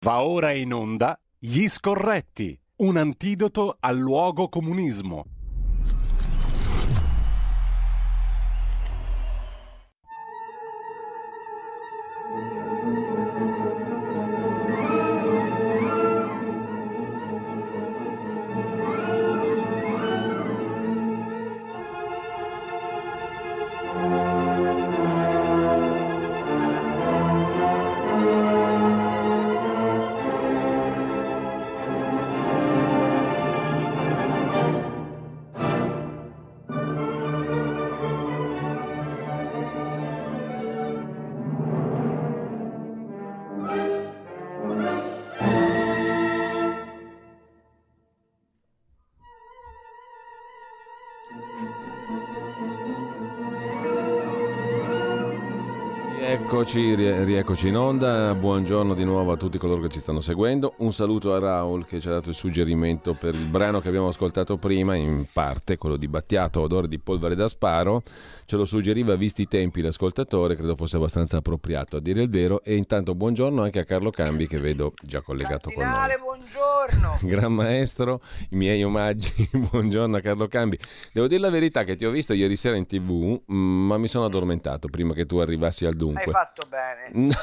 Va ora in onda Gli Scorretti, un antidoto al luogo comunismo. Rieccoci in onda, buongiorno di nuovo a tutti coloro che ci stanno seguendo, un saluto a Raul che ci ha dato il suggerimento per il brano che abbiamo ascoltato prima, in parte quello di Battiato, Odore di polvere da sparo, ce lo suggeriva visti i tempi l'ascoltatore, credo fosse abbastanza appropriato a dire il vero, e intanto buongiorno anche a Carlo Cambi che vedo già collegato Cardinale, con noi. Buongiorno! Gran maestro, i miei omaggi, buongiorno a Carlo Cambi. Devo dire la verità che ti ho visto ieri sera in TV, ma mi sono addormentato prima che tu arrivassi al dunque. Hai fatto bene,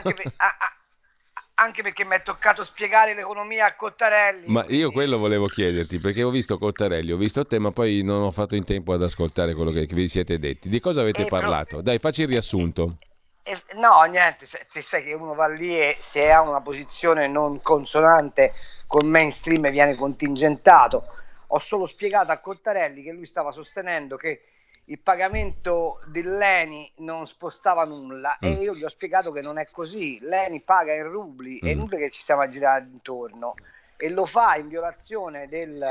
anche perché mi è toccato spiegare l'economia a Cottarelli. Ma io quello volevo chiederti, perché ho visto Cottarelli, ho visto te, ma poi non ho fatto in tempo ad ascoltare quello che vi siete detti. Di cosa avete parlato? Dai, facci il riassunto. No, niente, te sai che uno va lì e se ha una posizione non consonante col mainstream viene contingentato. Ho solo spiegato a Cottarelli che lui stava sostenendo che il pagamento dell'ENI non spostava nulla e io gli ho spiegato che non è così. L'ENI paga in rubli, è inutile che ci stiamo a girare intorno, e lo fa in violazione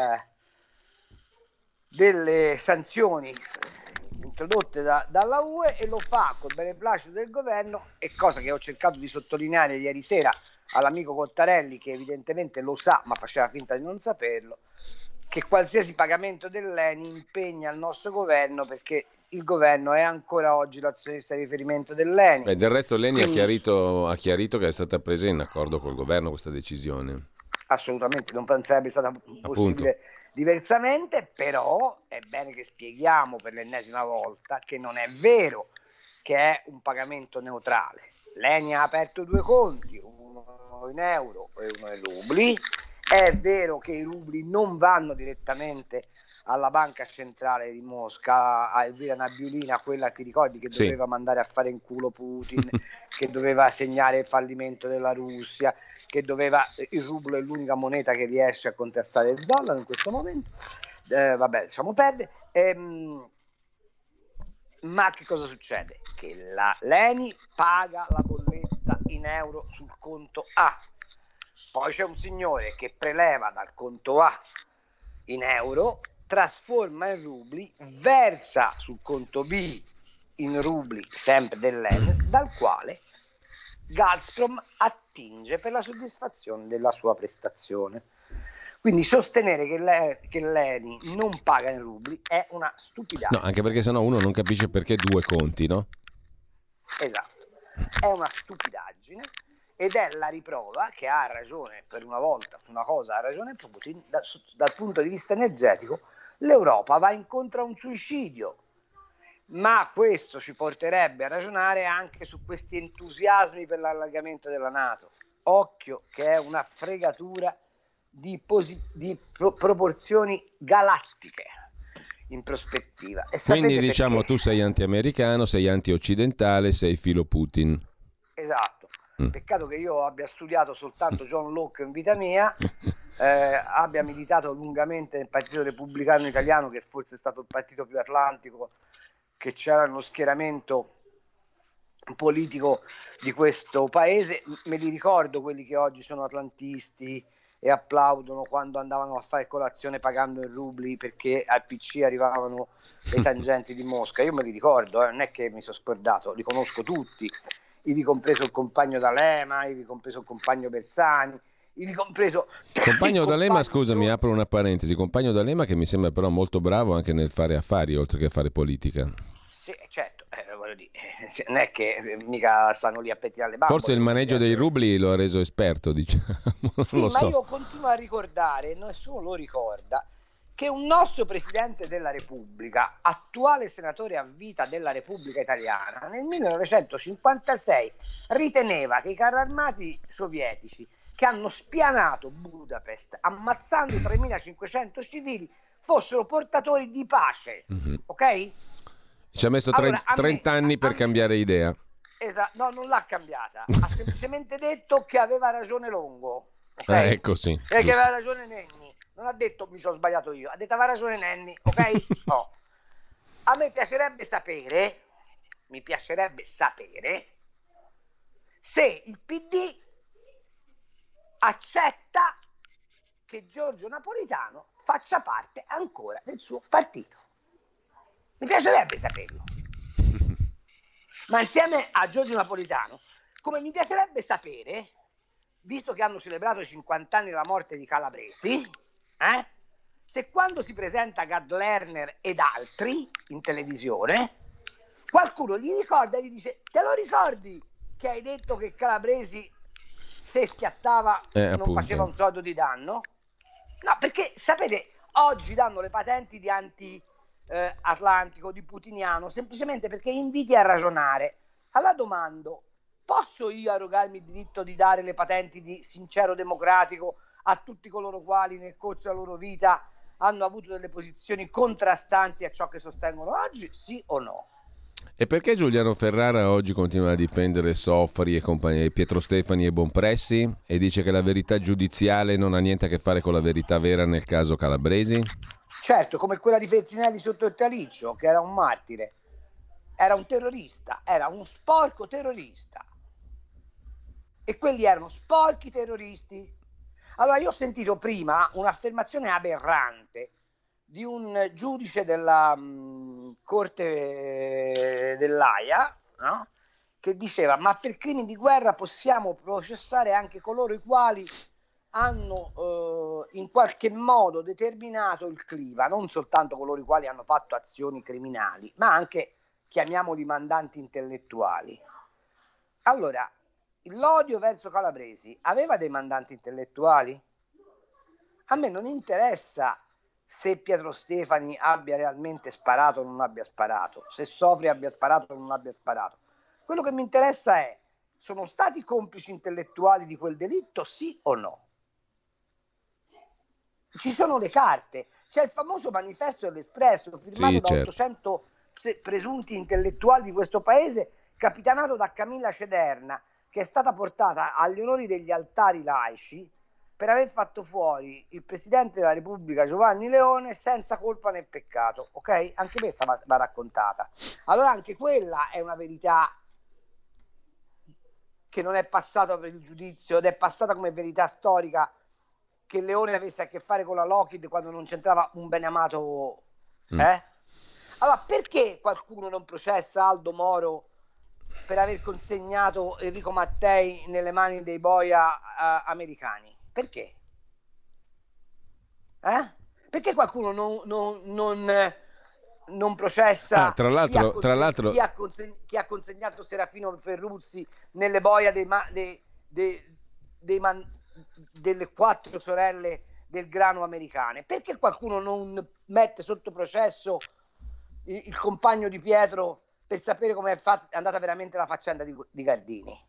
delle sanzioni introdotte dalla UE, e lo fa col beneplacito del governo, e cosa che ho cercato di sottolineare ieri sera all'amico Cottarelli, che evidentemente lo sa ma faceva finta di non saperlo, che qualsiasi pagamento dell'ENI impegna il nostro governo, perché il governo è ancora oggi l'azionista di riferimento dell'ENI. Beh, del resto l'ENI Quindi, ha chiarito che è stata presa in accordo col governo questa decisione. Assolutamente, non sarebbe stata possibile diversamente, però è bene che spieghiamo per l'ennesima volta che non è vero che è un pagamento neutrale. L'ENI ha aperto due conti, uno in euro e uno in rubli. È vero che i rubli non vanno direttamente alla banca centrale di Mosca, a Elvira Nabiulina, quella, ti ricordi, che doveva mandare a fare in culo Putin, che doveva segnare il fallimento della Russia, che il rublo è l'unica moneta che riesce a contrastare il dollaro in questo momento. Vabbè, lasciamo perdere. Ma che cosa succede? Che l'ENI paga la bolletta in euro sul conto A. Poi c'è un signore che preleva dal conto A in euro, trasforma in rubli, versa sul conto B in rubli, sempre dell'ENI, dal quale Gazprom attinge per la soddisfazione della sua prestazione. Quindi sostenere che l'ENI non paga in rubli è una stupidaggine. No, anche perché sennò uno non capisce perché due conti, no? Esatto, è una stupidaggine. Ed è la riprova che ha ragione, per una volta, una cosa ha ragione Putin, dal punto di vista energetico l'Europa va incontro a un suicidio, ma questo ci porterebbe a ragionare anche su questi entusiasmi per l'allargamento della NATO. Occhio che è una fregatura di proporzioni galattiche in prospettiva. E quindi diciamo perché? Tu sei anti-americano, sei anti-occidentale, sei filo Putin. Esatto. Peccato che io abbia studiato soltanto John Locke in vita mia, abbia militato lungamente nel Partito Repubblicano Italiano, che forse è stato il partito più atlantico che c'era nello schieramento politico di questo paese. Me li ricordo quelli che oggi sono atlantisti e applaudono quando andavano a fare colazione pagando in rubli perché al PC arrivavano le tangenti di Mosca. Io me li ricordo, non è che mi sono scordato, li conosco tutti, ivi compreso il compagno D'Alema, ivi compreso il compagno Bersani, ivi compreso compagno D'Alema. Scusami, apro una parentesi. Compagno D'Alema che mi sembra però molto bravo anche nel fare affari oltre che fare politica. Sì, certo, voglio dire, non è che mica stanno lì a pettinare le bambole. Forse il maneggio dei rubli lo ha reso esperto, diciamo. Sì, lo ma so. io continuo a ricordare, nessuno lo ricorda, che un nostro Presidente della Repubblica, attuale senatore a vita della Repubblica Italiana, nel 1956 riteneva che i carri armati sovietici che hanno spianato Budapest ammazzando 3.500 civili fossero portatori di pace, ok? Ci ha messo Allora, 30 anni per cambiare idea. Esatto, no, non l'ha cambiata, ha semplicemente detto che aveva ragione Longo, okay? Ecco, sì, e che aveva ragione Nenni, non ha detto mi sono sbagliato io, ha detto aveva ragione Nenni, ok? No. A me piacerebbe sapere se il PD accetta che Giorgio Napolitano faccia parte ancora del suo partito. Mi piacerebbe saperlo. Ma insieme a Giorgio Napolitano, come mi piacerebbe sapere, visto che hanno celebrato i 50 anni della morte di Calabresi, se quando si presenta Gad Lerner ed altri in televisione, qualcuno gli ricorda e gli dice: te lo ricordi che hai detto che Calabresi se schiattava non appunto. faceva un soldo di danno? No, perché sapete, oggi danno le patenti di Atlantico, di putiniano, semplicemente perché inviti a ragionare. Allora domando: posso io arrogarmi il diritto di dare le patenti di sincero democratico a tutti coloro quali nel corso della loro vita hanno avuto delle posizioni contrastanti a ciò che sostengono oggi, sì o no? E perché Giuliano Ferrara oggi continua a difendere Soffri e compagnia, Pietro Stefani e Bonpressi, e dice che la verità giudiziale non ha niente a che fare con la verità vera nel caso Calabresi? Certo, come quella di Feltrinelli sotto il Taliccio, che era un martire, era un terrorista, era un sporco terrorista. E quelli erano sporchi terroristi. Allora, io ho sentito prima un'affermazione aberrante di un giudice della Corte dell'Aia, no? Che diceva: ma per crimini di guerra possiamo processare anche coloro i quali hanno in qualche modo determinato il clima, non soltanto coloro i quali hanno fatto azioni criminali, ma anche, chiamiamoli, mandanti intellettuali. Allora, l'odio verso Calabresi aveva dei mandanti intellettuali? A me non interessa se Pietro Stefani abbia realmente sparato o non abbia sparato, se Sofri abbia sparato o non abbia sparato. Quello che mi interessa è: sono stati complici intellettuali di quel delitto, sì o no? Ci sono le carte, c'è il famoso manifesto dell'Espresso firmato da 800 presunti intellettuali di questo paese, capitanato da Camilla Cederna, che è stata portata agli onori degli altari laici per aver fatto fuori il Presidente della Repubblica Giovanni Leone senza colpa né peccato, ok? Anche questa va raccontata. Allora anche quella è una verità che non è passata per il giudizio ed è passata come verità storica, che Leone avesse a che fare con la Lockheed quando non c'entrava un beneamato. Allora, perché qualcuno non processa Aldo Moro per aver consegnato Enrico Mattei nelle mani dei boia americani? Perché? Perché qualcuno non processa tra l'altro chi ha consegnato Serafino Ferruzzi nelle boia delle 4 sorelle del grano americane? Perché qualcuno non mette sotto processo il compagno di Pietro per sapere come è andata veramente la faccenda di Gardini?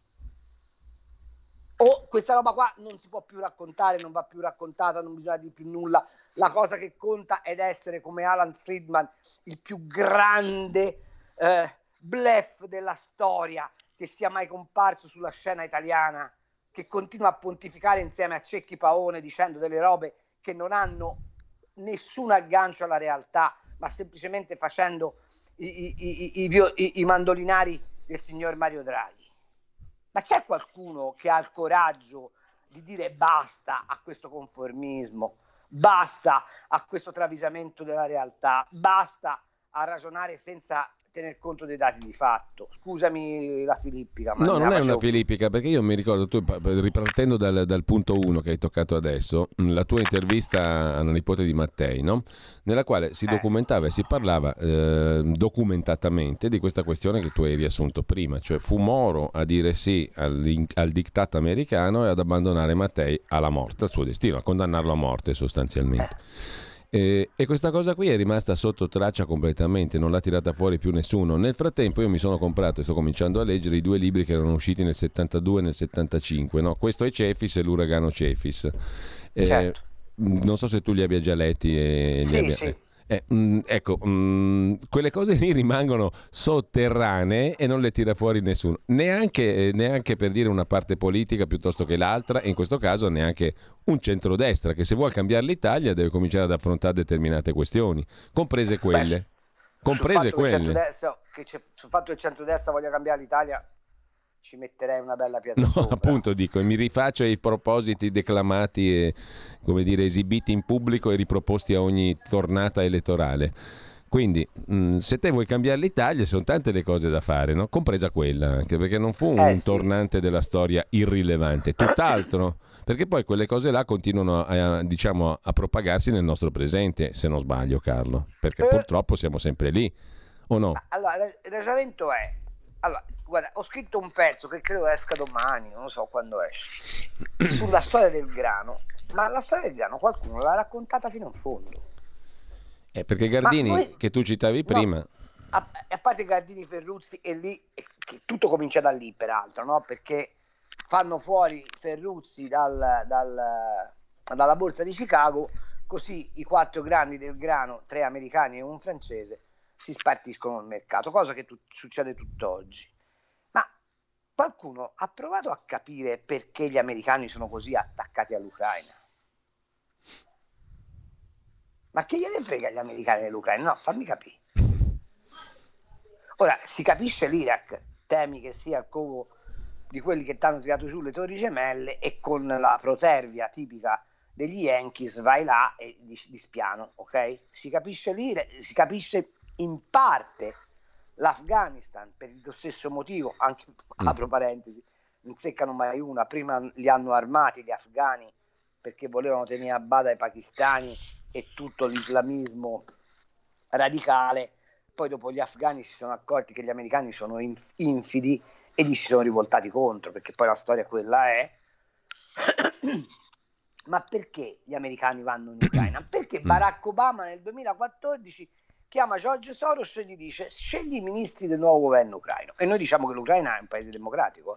O questa roba qua non si può più raccontare, non va più raccontata, non bisogna dire più nulla, la cosa che conta è essere, come Alan Friedman, il più grande bluff della storia che sia mai comparso sulla scena italiana, che continua a pontificare insieme a Cecchi Paone dicendo delle robe che non hanno nessun aggancio alla realtà, ma semplicemente facendo i mandolinari del signor Mario Draghi. Ma c'è qualcuno che ha il coraggio di dire basta a questo conformismo, basta a questo travisamento della realtà, basta a ragionare senza tener conto dei dati di fatto. Scusami la filippica, ma no, non è una filippica, perché io mi ricordo, tu ripartendo dal punto 1 che hai toccato adesso, la tua intervista alla nipote di Mattei, no? Nella quale si documentava e si parlava documentatamente di questa questione che tu hai riassunto prima, cioè fu Moro a dire sì al diktat americano e ad abbandonare Mattei alla morte, al suo destino, a condannarlo a morte sostanzialmente. E questa cosa qui è rimasta sotto traccia completamente, non l'ha tirata fuori più nessuno. Nel frattempo io mi sono comprato e sto cominciando a leggere i 2 libri che erano usciti nel 72 e nel 75, no? Questo è Cefis e l'uragano Cefis. Certo. Non so se tu li abbia già letti. Sì. Ecco, quelle cose lì rimangono sotterranee e non le tira fuori nessuno, neanche per dire una parte politica piuttosto che l'altra, e in questo caso neanche un centrodestra che se vuole cambiare l'Italia deve cominciare ad affrontare determinate questioni, comprese quelle. Sul fatto che il centrodestra voglia cambiare l'Italia ci metterei una bella pietra sopra. Appunto dico, e mi rifaccio ai propositi declamati e, come dire, esibiti in pubblico e riproposti a ogni tornata elettorale. Quindi se te vuoi cambiare l'Italia sono tante le cose da fare, no? Compresa quella, anche perché non fu un tornante della storia irrilevante, tutt'altro, perché poi quelle cose là continuano a propagarsi nel nostro presente, se non sbaglio, Carlo, perché purtroppo siamo sempre lì, o no? Allora, il ragionamento è, guarda, ho scritto un pezzo che credo esca domani, non so quando esce, sulla storia del grano, ma la storia del grano qualcuno l'ha raccontata fino in fondo. Perché Gardini, che tu citavi prima... A parte Gardini, Ferruzzi, e lì che tutto comincia da lì, peraltro, no? Perché fanno fuori Ferruzzi dalla borsa di Chicago, così i 4 grandi del grano, 3 americani e un francese, si spartiscono il mercato, cosa che succede tutt'oggi. Ma qualcuno ha provato a capire perché gli americani sono così attaccati all'Ucraina? Ma che gliene frega agli americani dell'Ucraina? No, fammi capire. Ora, si capisce l'Iraq, temi che sia il covo di quelli che ti hanno tirato giù le torri gemelle, e con la protervia tipica degli Yankees vai là e di spiano, ok? Si capisce l'Iraq, si capisce in parte l'Afghanistan per lo stesso motivo, anche apro parentesi, non seccano mai una, prima li hanno armati gli afghani perché volevano tenere a bada i pakistani e tutto l'islamismo radicale, poi dopo gli afghani si sono accorti che gli americani sono infidi e gli si sono rivoltati contro, perché poi la storia quella è. Ma perché gli americani vanno in Ucraina? Perché Barack Obama nel 2014 chiama George Soros e gli dice: scegli i ministri del nuovo governo ucraino. E noi diciamo che l'Ucraina è un paese democratico.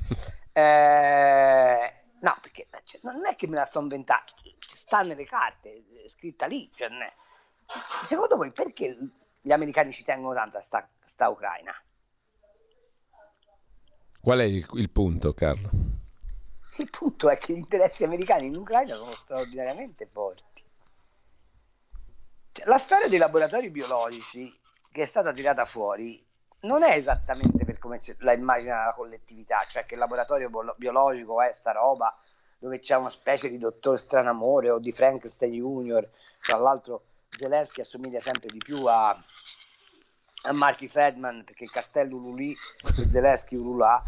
No, perché non è che me la sto inventando, sta nelle carte, è scritta lì. Cioè, secondo voi perché gli americani ci tengono tanto a sta Ucraina? Qual è il punto, Carlo? Il punto è che gli interessi americani in Ucraina sono straordinariamente forti. Cioè, la storia dei laboratori biologici che è stata tirata fuori non è esattamente per come la immagina la collettività, cioè che il laboratorio biologico è sta roba dove c'è una specie di dottor Stranamore o di Frankenstein Junior. Tra l'altro Zelensky assomiglia sempre di più a Marky Feldman, perché il castello ululì e Zelensky ululà,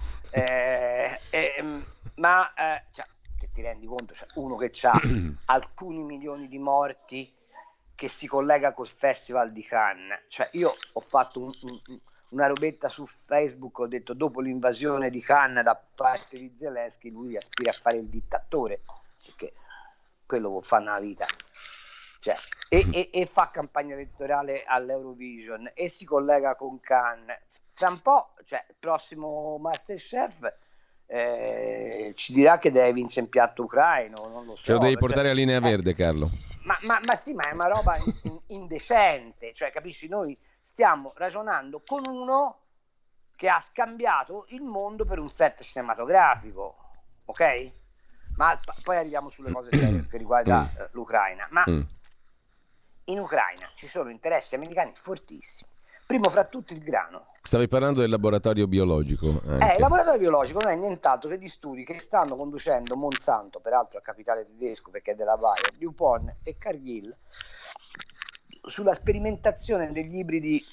ma cioè, se ti rendi conto, cioè, uno che ha alcuni milioni di morti, che si collega col festival di Cannes. Cioè, io ho fatto una robetta su Facebook, ho detto: dopo l'invasione di Cannes da parte di Zelensky, lui aspira a fare il dittatore, perché quello può fare nella vita. Cioè, e fa campagna elettorale all'Eurovision e si collega con Cannes. Fra un po', cioè, il prossimo Masterchef ci dirà che deve vincere in piatto ucraino, non lo so. Ce lo devi portare a linea verde, Carlo. Ma sì, ma è una roba indecente, cioè, capisci? Noi stiamo ragionando con uno che ha scambiato il mondo per un set cinematografico, ok? Ma poi arriviamo sulle cose serie che riguarda l'Ucraina. Ma in Ucraina ci sono interessi americani fortissimi. Primo fra tutti il grano. Stavi parlando del laboratorio biologico. Il laboratorio biologico non è nient'altro che gli studi che stanno conducendo Monsanto, peraltro a capitale tedesco perché è della Bayer, DuPont e Cargill, sulla sperimentazione degli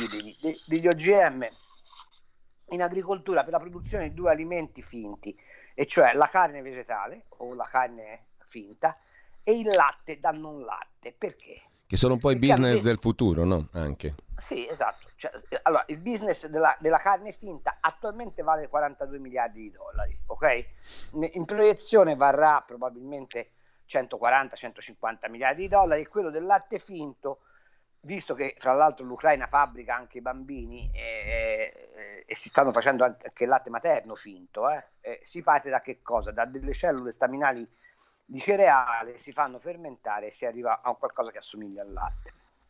OGM in agricoltura per la produzione di 2 alimenti finti, e cioè la carne vegetale o la carne finta e il latte da non latte. Perché? Che sono un po' i business del futuro, no? Anche. Sì, esatto. Allora, il business della carne finta attualmente vale 42 miliardi di dollari, ok? In proiezione varrà probabilmente 140-150 miliardi di dollari, e quello del latte finto, visto che fra l'altro l'Ucraina fabbrica anche i bambini e si stanno facendo anche il latte materno finto, si parte da che cosa? Da delle cellule staminali di cereale, si fanno fermentare e si arriva a qualcosa che assomiglia al latte.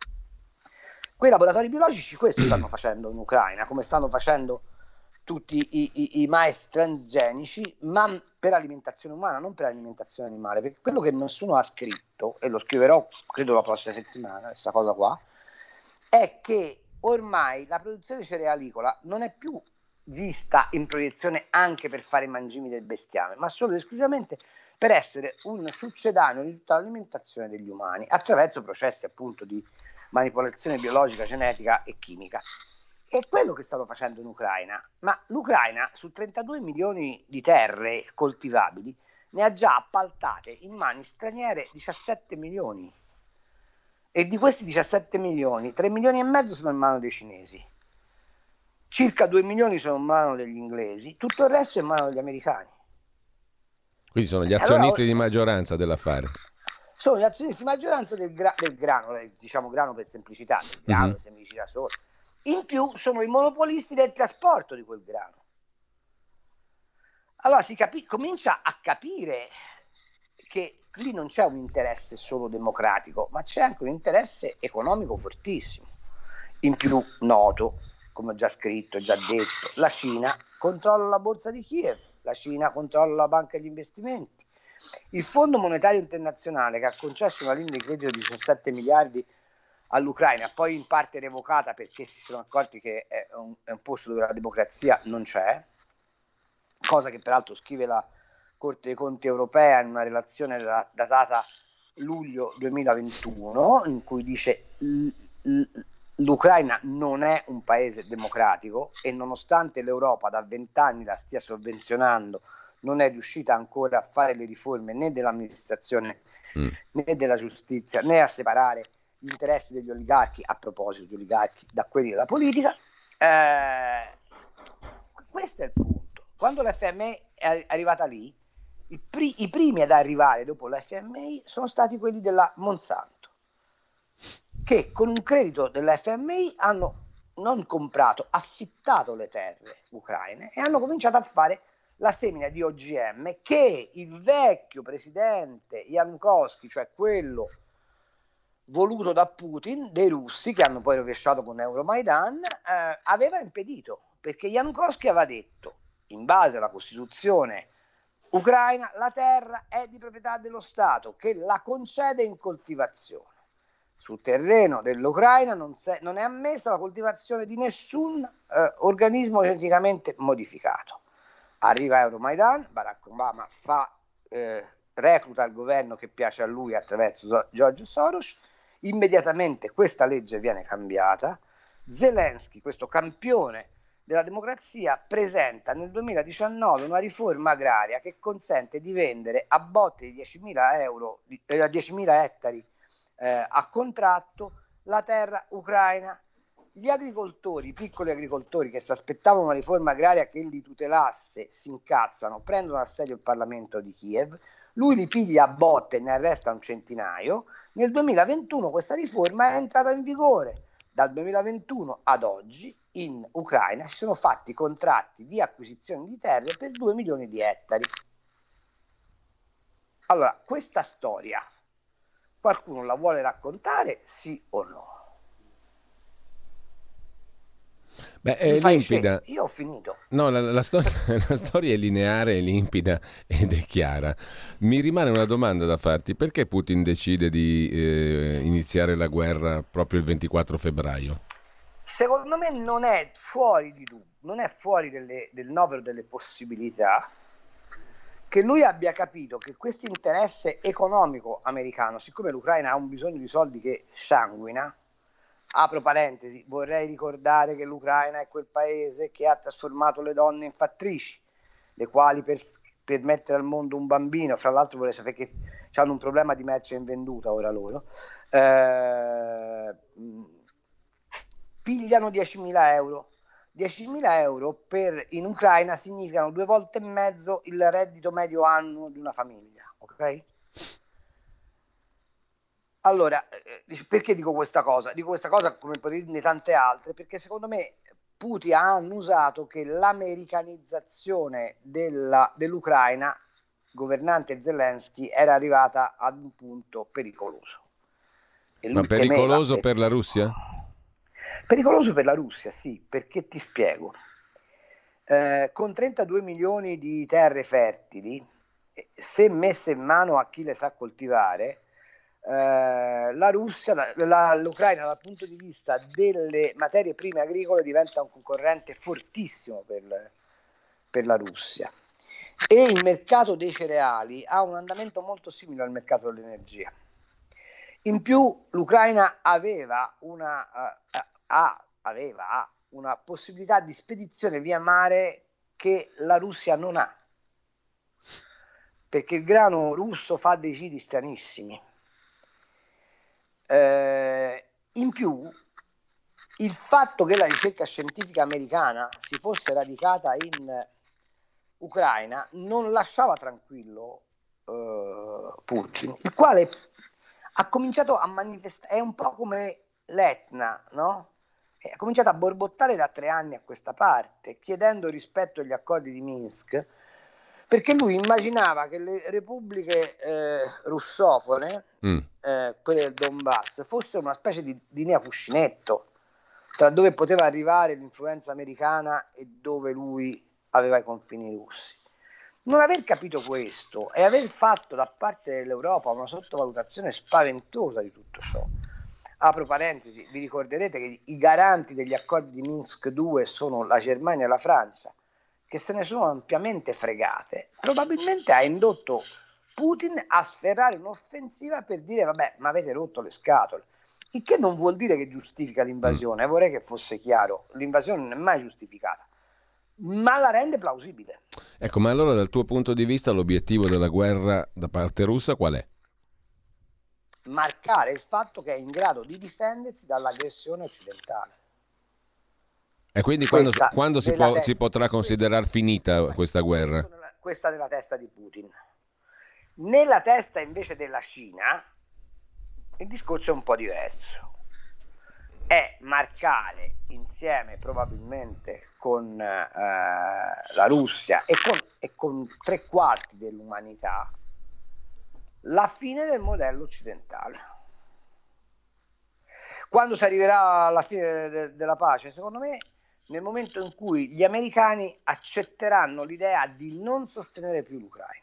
Quei laboratori biologici questo stanno facendo in Ucraina, come stanno facendo tutti i mais transgenici, ma per alimentazione umana, non per alimentazione animale, perché quello che nessuno ha scritto, e lo scriverò credo la prossima settimana, questa cosa qua, è che ormai la produzione cerealicola non è più vista in proiezione anche per fare i mangimi del bestiame, ma solo ed esclusivamente per essere un succedaneo di tutta l'alimentazione degli umani, attraverso processi appunto di manipolazione biologica, genetica e chimica. È quello che stanno facendo in Ucraina, ma l'Ucraina su 32 milioni di terre coltivabili ne ha già appaltate in mani straniere 17 milioni, e di questi 17 milioni 3 milioni e mezzo sono in mano dei cinesi, circa 2 milioni sono in mano degli inglesi, tutto il resto è in mano degli americani. Quindi sono gli azionisti di maggioranza dell'affare. Sono gli azionisti di maggioranza del grano, diciamo grano per semplicità, del grano, semplicità solo. In più sono i monopolisti del trasporto di quel grano. Allora comincia a capire che lì non c'è un interesse solo democratico, ma c'è anche un interesse economico fortissimo. In più noto, come ho già scritto, già detto, la Cina controlla la borsa di Kiev, la Cina controlla la banca degli investimenti. Il Fondo Monetario Internazionale, che ha concesso una linea di credito di 17 miliardi all'Ucraina, poi in parte revocata perché si sono accorti che è un posto dove la democrazia non c'è, cosa che peraltro scrive la Corte dei Conti europea in una relazione datata luglio 2021, in cui dice l'Ucraina non è un paese democratico e nonostante l'Europa da 20 anni la stia sovvenzionando, non è riuscita ancora a fare le riforme né dell'amministrazione né della giustizia, né a separare gli interessi degli oligarchi, a proposito di oligarchi, da quelli della politica. Questo è il punto. Quando l'FMI è arrivata lì, i primi ad arrivare dopo l'FMI sono stati quelli della Monsanto, che con un credito dell'FMI hanno non comprato, affittato le terre ucraine e hanno cominciato a fare la semina di OGM che il vecchio presidente Yanukovsky, cioè quello voluto da Putin, dei russi, che hanno poi rovesciato con Euromaidan, aveva impedito, perché Yanukovsky aveva detto, in base alla Costituzione ucraina, la terra è di proprietà dello Stato che la concede in coltivazione. Sul terreno dell'Ucraina non è ammessa la coltivazione di nessun organismo geneticamente modificato. Arriva Euromaidan, Barack Obama recluta il governo che piace a lui attraverso George Soros, immediatamente questa legge viene cambiata, Zelensky, questo campione della democrazia, presenta nel 2019 una riforma agraria che consente di vendere a botte di 10.000 ettari a contratto la terra ucraina. Gli agricoltori, i piccoli agricoltori che si aspettavano una riforma agraria che li tutelasse, si incazzano, prendono assedio il Parlamento di Kiev, lui li piglia a botte e ne arresta un centinaio. Nel 2021 questa riforma è entrata in vigore. Dal 2021 ad oggi in Ucraina si sono fatti contratti di acquisizione di terre per 2 milioni di ettari. Allora, questa storia qualcuno la vuole raccontare, sì o no? Beh, è limpida. Io ho finito. No, la storia è lineare, è limpida ed è chiara. Mi rimane una domanda da farti. Perché Putin decide di iniziare la guerra proprio il 24 febbraio? Secondo me non è fuori di dubbio, non è fuori del novero delle possibilità che lui abbia capito che questo interesse economico americano, siccome l'Ucraina ha un bisogno di soldi che sanguina, apro parentesi, vorrei ricordare che l'Ucraina è quel paese che ha trasformato le donne in fattrici, le quali per mettere al mondo un bambino, fra l'altro vorrei sapere che hanno un problema di merce invenduta ora loro, pigliano 10.000 euro. 10.000 euro in Ucraina significano 2 volte e mezzo il reddito medio annuo di una famiglia, ok? Allora, perché dico questa cosa? Dico questa cosa, come potete dirne tante altre, perché secondo me Putin ha annusato che l'americanizzazione dell'Ucraina, governante Zelensky, era arrivata ad un punto pericoloso. E ma pericoloso per la Russia? Pericoloso per la Russia, sì, perché ti spiego. Con 32 milioni di terre fertili, se messe in mano a chi le sa coltivare, la Russia, l'Ucraina dal punto di vista delle materie prime agricole diventa un concorrente fortissimo per la Russia, e il mercato dei cereali ha un andamento molto simile al mercato dell'energia. In più l'Ucraina aveva una possibilità di spedizione via mare che la Russia non ha, perché il grano russo fa dei giri stranissimi. In più, il fatto che la ricerca scientifica americana si fosse radicata in Ucraina non lasciava tranquillo Putin, il quale ha cominciato a manifestare, è un po' come l'Etna, no? Ha cominciato a borbottare da 3 anni a questa parte, chiedendo rispetto agli accordi di Minsk, perché lui immaginava che le repubbliche russofone, quelle del Donbass, fossero una specie di linea cuscinetto tra dove poteva arrivare l'influenza americana e dove lui aveva i confini russi. Non aver capito questo e aver fatto da parte dell'Europa una sottovalutazione spaventosa di tutto ciò. Apro parentesi, vi ricorderete che i garanti degli accordi di Minsk 2 sono la Germania e la Francia, che se ne sono ampiamente fregate. Probabilmente ha indotto Putin a sferrare un'offensiva per dire vabbè, ma avete rotto le scatole, il che non vuol dire che giustifica l'invasione, vorrei che fosse chiaro, l'invasione non è mai giustificata, ma la rende plausibile. Ecco, ma allora dal tuo punto di vista l'obiettivo della guerra da parte russa qual è? Marcare il fatto che è in grado di difendersi dall'aggressione occidentale. E quindi quando si potrà considerare finita questa guerra? Questa nella testa di Putin. Nella testa invece della Cina il discorso è un po' diverso. È marcare insieme probabilmente con la Russia e con 3/4 dell'umanità la fine del modello occidentale. Quando si arriverà alla fine della pace, secondo me, nel momento in cui gli americani accetteranno l'idea di non sostenere più l'Ucraina.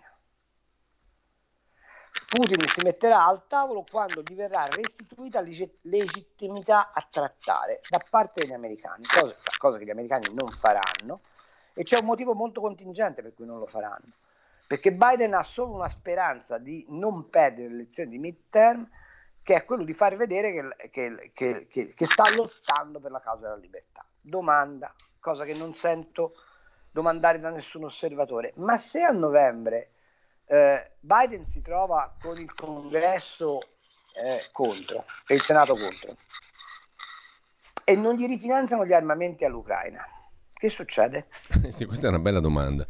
Putin si metterà al tavolo quando gli verrà restituita legittimità a trattare da parte degli americani, cosa che gli americani non faranno, e c'è un motivo molto contingente per cui non lo faranno, perché Biden ha solo una speranza di non perdere le elezioni di midterm, che è quello di far vedere che sta lottando per la causa della libertà. Domanda, cosa che non sento domandare da nessun osservatore, ma se a novembre Biden si trova con il Congresso contro e il Senato contro e non gli rifinanziano gli armamenti all'Ucraina, che succede? Sì, questa è una bella domanda.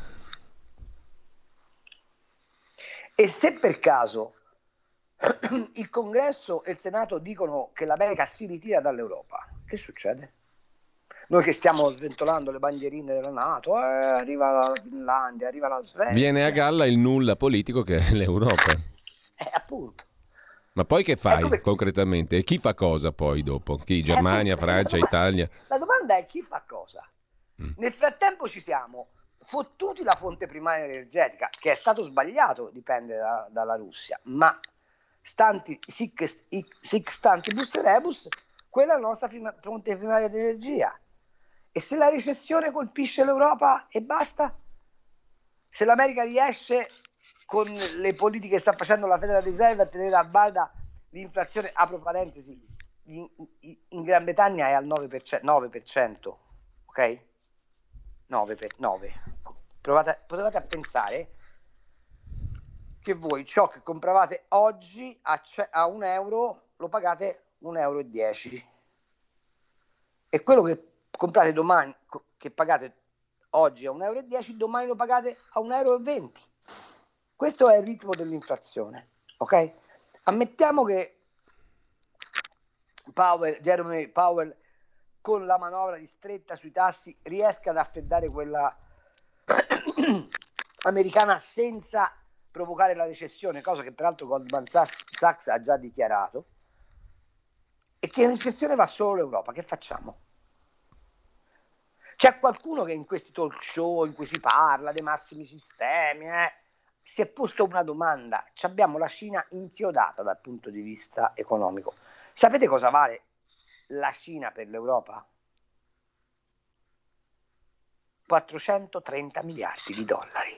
E se per caso il Congresso e il Senato dicono che l'America si ritira dall'Europa, che succede? Noi che stiamo sventolando le bandierine della NATO, arriva la Finlandia, arriva la Svezia. Viene a galla il nulla politico che è l'Europa. Appunto. Ma poi che fai concretamente? E chi fa cosa poi dopo? Chi? Germania, Francia, Italia? La domanda è chi fa cosa. Nel frattempo ci siamo fottuti la fonte primaria energetica, che è stato sbagliato dipendere dalla Russia, ma sic stantibus rebus, quella è la nostra fonte primaria di energia. E se la recessione colpisce l'Europa e basta? Se l'America riesce con le politiche che sta facendo la Federal Reserve a tenere a bada l'inflazione, apro parentesi, in Gran Bretagna è al 9%, ok? 9. Provate a pensare che voi ciò che compravate oggi a €1 lo pagate €1,10 e quello che comprate domani, che pagate oggi a €1,10, domani lo pagate a €1,20. Questo è il ritmo dell'inflazione, ok? Ammettiamo che Jerome Powell, con la manovra di stretta sui tassi, riesca ad affreddare quella americana senza provocare la recessione, cosa che peraltro Goldman Sachs ha già dichiarato, e che in recessione va solo l'Europa. Che facciamo? C'è qualcuno che in questi talk show in cui si parla dei massimi sistemi si è posto una domanda. Abbiamo la Cina inchiodata dal punto di vista economico. Sapete cosa vale la Cina per l'Europa? 430 miliardi di dollari.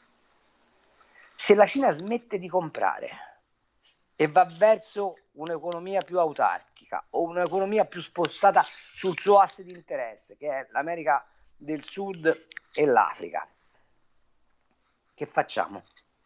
Se la Cina smette di comprare e va verso un'economia più autarchica o un'economia più spostata sul suo asse di interesse, che è l'America del Sud e l'Africa, che facciamo?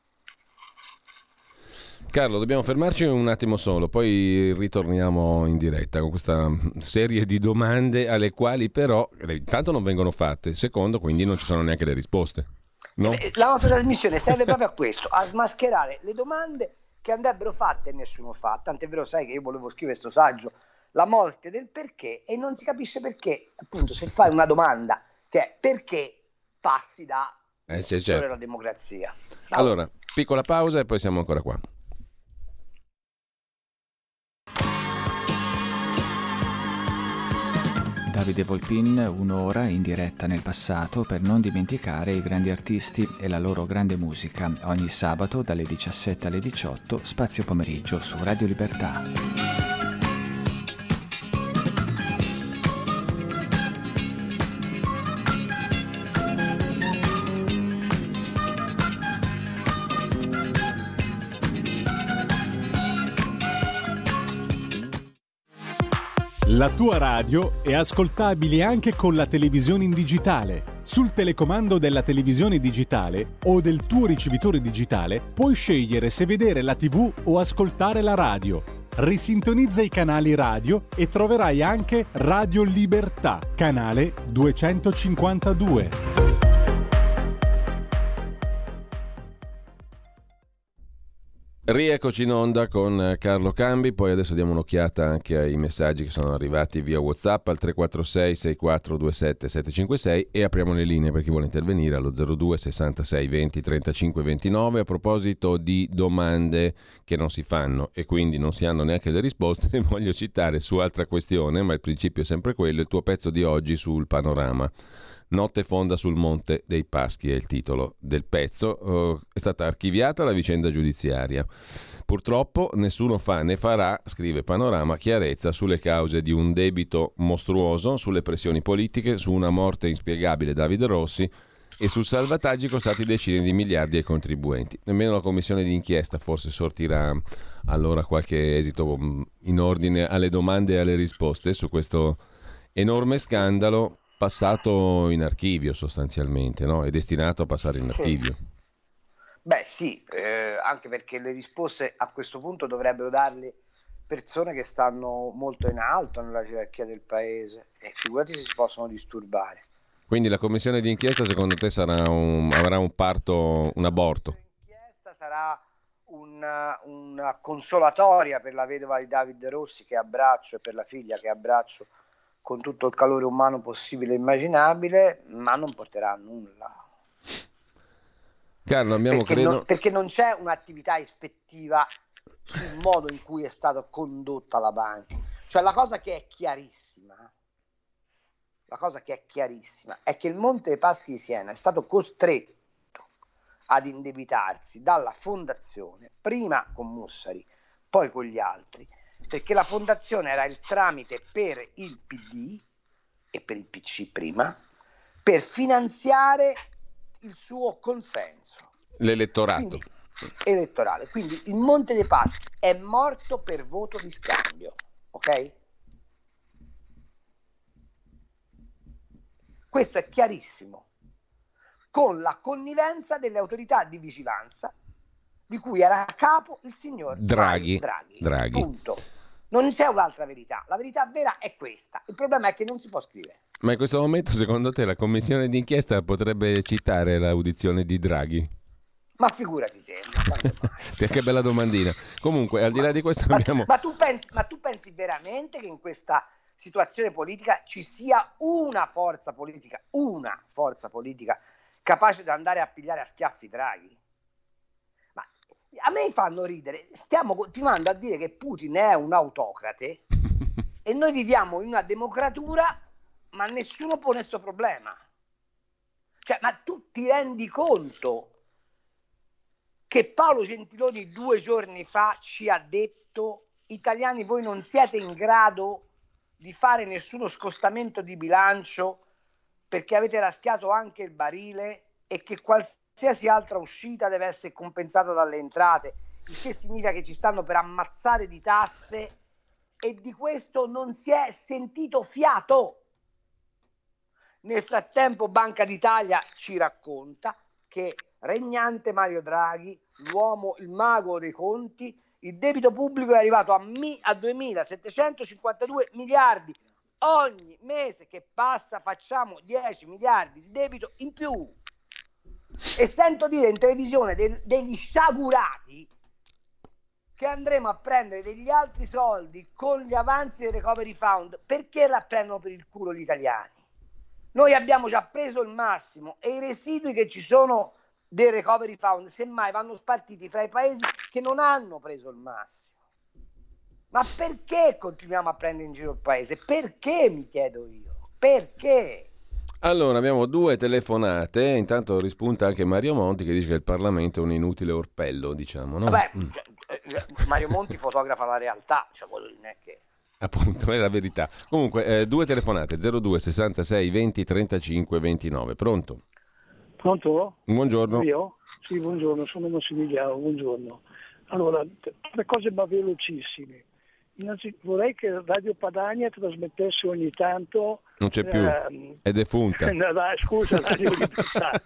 Carlo, dobbiamo fermarci un attimo solo, poi ritorniamo in diretta con questa serie di domande alle quali però intanto non vengono fatte, secondo quindi non ci sono neanche le risposte. No? La nostra trasmissione serve proprio a questo, a smascherare le domande che andrebbero fatte e nessuno fa. Tant'è vero, sai, che io volevo scrivere questo saggio, La morte del perché, e non si capisce perché. Appunto, se fai una domanda che è perché, passi da certo. la democrazia. Allora, piccola pausa e poi siamo ancora qua. Davide Volpin, un'ora in diretta nel passato per non dimenticare i grandi artisti e la loro grande musica. Ogni sabato dalle 17 alle 18, Spazio Pomeriggio su Radio Libertà. La tua radio è ascoltabile anche con la televisione in digitale. Sul telecomando della televisione digitale o del tuo ricevitore digitale puoi scegliere se vedere la TV o ascoltare la radio. Risintonizza i canali radio e troverai anche Radio Libertà, canale 252. Rieccoci in onda con Carlo Cambi, poi adesso diamo un'occhiata anche ai messaggi che sono arrivati via WhatsApp al 346 6427 756 e apriamo le linee per chi vuole intervenire allo 02 66 20 35 29. A proposito di domande che non si fanno e quindi non si hanno neanche le risposte, voglio citare su altra questione, ma il principio è sempre quello, il tuo pezzo di oggi sul Panorama. Notte fonda sul Monte dei Paschi è il titolo del pezzo. È stata archiviata la vicenda giudiziaria. Purtroppo nessuno fa né farà, scrive Panorama, chiarezza sulle cause di un debito mostruoso, sulle pressioni politiche, su una morte inspiegabile Davide Rossi e su salvataggi costati decine di miliardi ai contribuenti. Nemmeno la commissione d'inchiesta forse sortirà allora qualche esito in ordine alle domande e alle risposte su questo enorme scandalo passato in archivio sostanzialmente, no? È destinato a passare in archivio. Beh sì, anche perché le risposte a questo punto dovrebbero darle persone che stanno molto in alto nella gerarchia del paese e figurati se si possono disturbare. Quindi la commissione d'inchiesta secondo te avrà un parto, un aborto? L'inchiesta sarà una consolatoria per la vedova di Davide Rossi che abbraccio e per la figlia che abbraccio con tutto il calore umano possibile e immaginabile, ma non porterà a nulla. Carlo, perché non c'è un'attività ispettiva sul modo in cui è stata condotta la banca. Cioè la cosa che è chiarissima è che il Monte dei Paschi di Siena è stato costretto ad indebitarsi dalla fondazione, prima con Mussari, poi con gli altri, perché la fondazione era il tramite per il PD e per il PC prima, per finanziare il suo consenso. L'elettorato. Elettorale. Quindi il Monte dei Paschi è morto per voto di scambio, ok? Questo è chiarissimo, con la connivenza delle autorità di vigilanza di cui era a capo il signor Draghi. Punto. Non c'è un'altra verità, la verità vera è questa. Il problema è che non si può scrivere. Ma in questo momento, secondo te, la commissione d'inchiesta potrebbe citare l'audizione di Draghi? Ma figurati te. Che bella domandina. Comunque, al di là di questo abbiamo... Ma tu pensi veramente che in questa situazione politica ci sia una forza politica capace di andare a pigliare a schiaffi Draghi? Ma a me fanno ridere. Stiamo continuando a dire che Putin è un autocrate e noi viviamo in una democratura, ma nessuno pone questo problema. Cioè, ma tu ti rendi conto che Paolo Gentiloni 2 giorni fa ci ha detto: italiani, voi non siete in grado di fare nessuno scostamento di bilancio perché avete raschiato anche il barile e che qualsiasi altra uscita deve essere compensata dalle entrate, il che significa che ci stanno per ammazzare di tasse, e di questo non si è sentito fiato. Nel frattempo Banca d'Italia ci racconta che regnante Mario Draghi, l'uomo, il mago dei conti, il debito pubblico è arrivato a 2.752 miliardi. Ogni mese che passa facciamo 10 miliardi di debito in più. E sento dire in televisione degli sciagurati che andremo a prendere degli altri soldi con gli avanzi del Recovery Fund. Perché la prendono per il culo gli italiani? Noi abbiamo già preso il massimo e i residui che ci sono del Recovery Fund semmai vanno spartiti fra i paesi che non hanno preso il massimo. Ma perché continuiamo a prendere in giro il paese? Perché, mi chiedo io? Perché? Allora, abbiamo 2 telefonate. Intanto rispunta anche Mario Monti che dice che il Parlamento è un inutile orpello, diciamo, no? Vabbè, Mario Monti fotografa la realtà, cioè quello non è che... Appunto, è la verità. Comunque, 2 telefonate, 02 66 20 35 29. Pronto? Pronto? Buongiorno. Io? Sì, buongiorno, sono Massimiliano, buongiorno. Allora, 3 cose ma velocissime. Innanzitutto vorrei che Radio Padania trasmettesse ogni tanto... Non c'è più, è defunta. Scusa, Radio Libertà.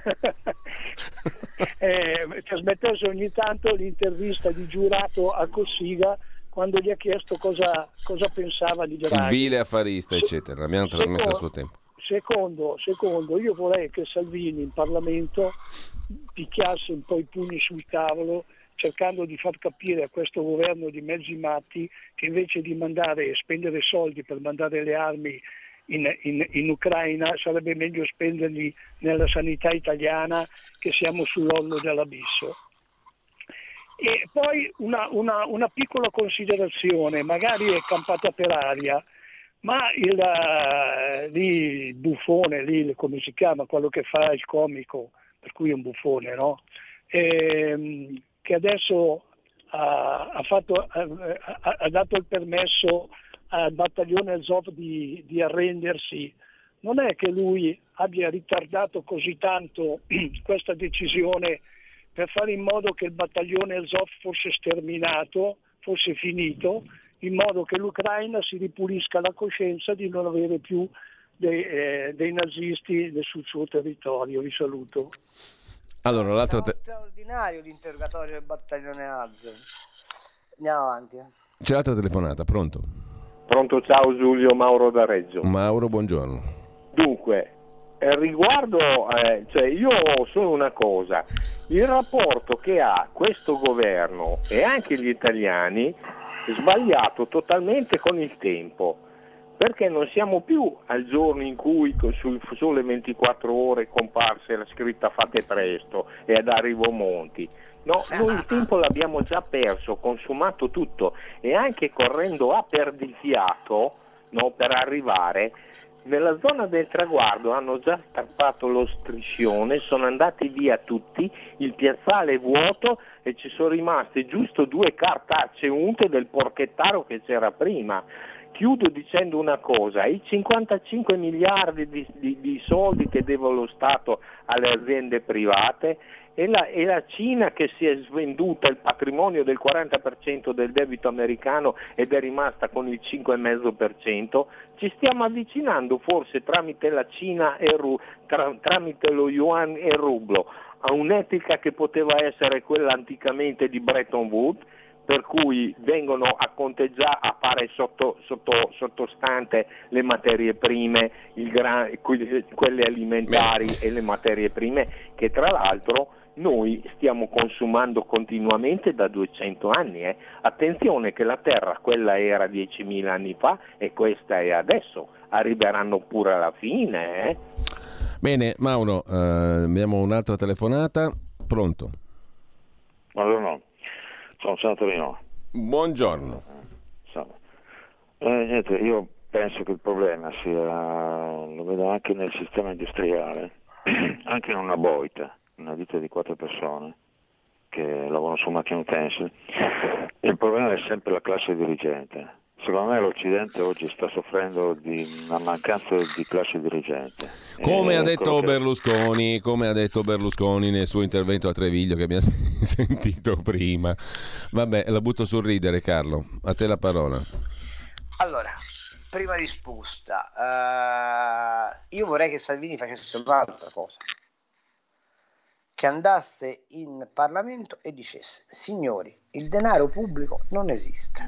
Trasmettesse ogni tanto l'intervista di Giurato a Cossiga quando gli ha chiesto cosa pensava di Draghi. Il vile affarista, eccetera. L'abbiamo trasmessa a suo tempo. Secondo, io vorrei che Salvini in Parlamento picchiasse un po' i pugni sul tavolo, cercando di far capire a questo governo di mezzi matti che invece di spendere soldi per mandare le armi in Ucraina sarebbe meglio spenderli nella sanità italiana, che siamo sull'orlo dell'abisso. E poi una piccola considerazione, magari è campata per aria, ma il buffone, come si chiama, quello che fa il comico, per cui è un buffone, no? Che adesso ha dato il permesso al battaglione Azov di arrendersi, non è che lui abbia ritardato così tanto questa decisione per fare in modo che il battaglione Azov fosse sterminato, fosse finito, in modo che l'Ucraina si ripulisca la coscienza di non avere più dei nazisti sul suo territorio. Vi saluto. Allora, l'altro straordinario l'interrogatorio del battaglione Azov. Andiamo avanti. C'è l'altra telefonata, pronto? Pronto, ciao Giulio, Mauro da Reggio. Mauro, buongiorno. Dunque, riguardo, io ho solo una cosa, il rapporto che ha questo governo e anche gli italiani è sbagliato totalmente con il tempo, perché non siamo più al giorno in cui sul Sole 24 Ore è comparsa la scritta fate presto e ad Arrivo Monti. No, noi il tempo l'abbiamo già perso, consumato tutto, e anche correndo a perdifiato, no, per arrivare nella zona del traguardo hanno già strappato lo striscione, sono andati via tutti, il piazzale è vuoto e ci sono rimaste giusto 2 cartacce unte del porchettaro che c'era prima, chiudo dicendo una cosa: i 55 miliardi di soldi che deve lo Stato alle aziende private e la Cina che si è svenduta il patrimonio del 40% del debito americano ed è rimasta con il 5,5%, ci stiamo avvicinando forse tramite la Cina e tramite lo yuan e il rublo a un'etica che poteva essere quella anticamente di Bretton Woods, per cui vengono a conteggiare, a fare sottostante le materie prime, quelle alimentari e le materie prime che tra l'altro noi stiamo consumando continuamente da 200 anni. Attenzione che la Terra, quella era 10.000 anni fa e questa è adesso, arriveranno pure alla fine. Bene, Mauro, abbiamo un'altra telefonata. Pronto? Buongiorno, sono Torino. Buongiorno. Niente, io penso che il problema sia, lo vedo anche nel sistema industriale, anche in una boita, una ditta di 4 persone che lavorano su macchine utensi. Il problema è sempre la classe dirigente. Secondo me l'Occidente oggi sta soffrendo di una mancanza di classe dirigente. Come ha detto Berlusconi nel suo intervento a Treviglio che abbiamo sentito prima. Vabbè, la butto sul ridere, Carlo. A te la parola. Allora, prima risposta. Io vorrei che Salvini facesse un'altra cosa. Che andasse in Parlamento e dicesse: signori, il denaro pubblico non esiste.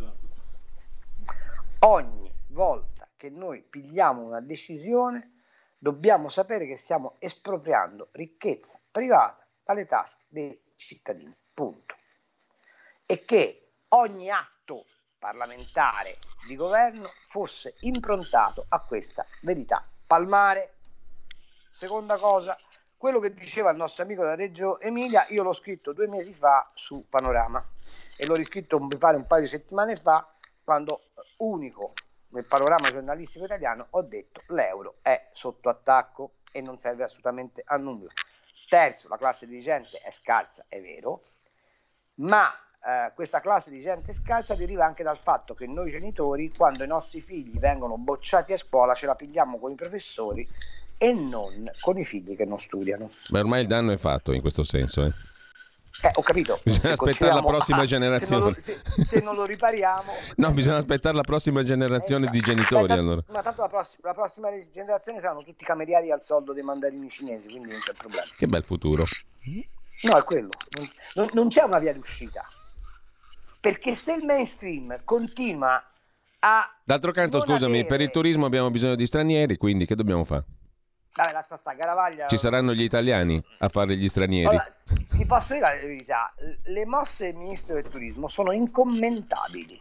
Ogni volta che noi pigliamo una decisione dobbiamo sapere che stiamo espropriando ricchezza privata dalle tasche dei cittadini, punto. E che ogni atto parlamentare di governo fosse improntato a questa verità palmare. Seconda cosa, quello che diceva il nostro amico da Reggio Emilia, io l'ho scritto 2 mesi fa su Panorama e l'ho riscritto mi pare un paio di settimane fa, quando unico nel panorama giornalistico italiano ho detto: l'euro è sotto attacco e non serve assolutamente a nulla. Terzo, la classe dirigente è scarsa, è vero, ma questa classe dirigente scarsa deriva anche dal fatto che noi genitori, quando i nostri figli vengono bocciati a scuola, ce la pigliamo con i professori e non con i figli che non studiano. Beh, ormai il danno è fatto in questo senso, Ho capito. Bisogna aspettare la prossima generazione. Se non lo ripariamo. No, bisogna aspettare la prossima generazione di genitori. Allora. Ma tanto la prossima generazione saranno tutti camerieri al soldo dei mandarini cinesi, quindi non c'è problema. Che bel futuro. No, è quello. Non c'è una via d'uscita. Perché se il mainstream continua a. D'altro canto, scusami, per il turismo abbiamo bisogno di stranieri, quindi che dobbiamo fare? Vabbè, lascia sta Garavaglia. Ci saranno gli italiani a fare gli stranieri. Allora, ti posso dire la verità, le mosse del ministro del turismo sono incommentabili.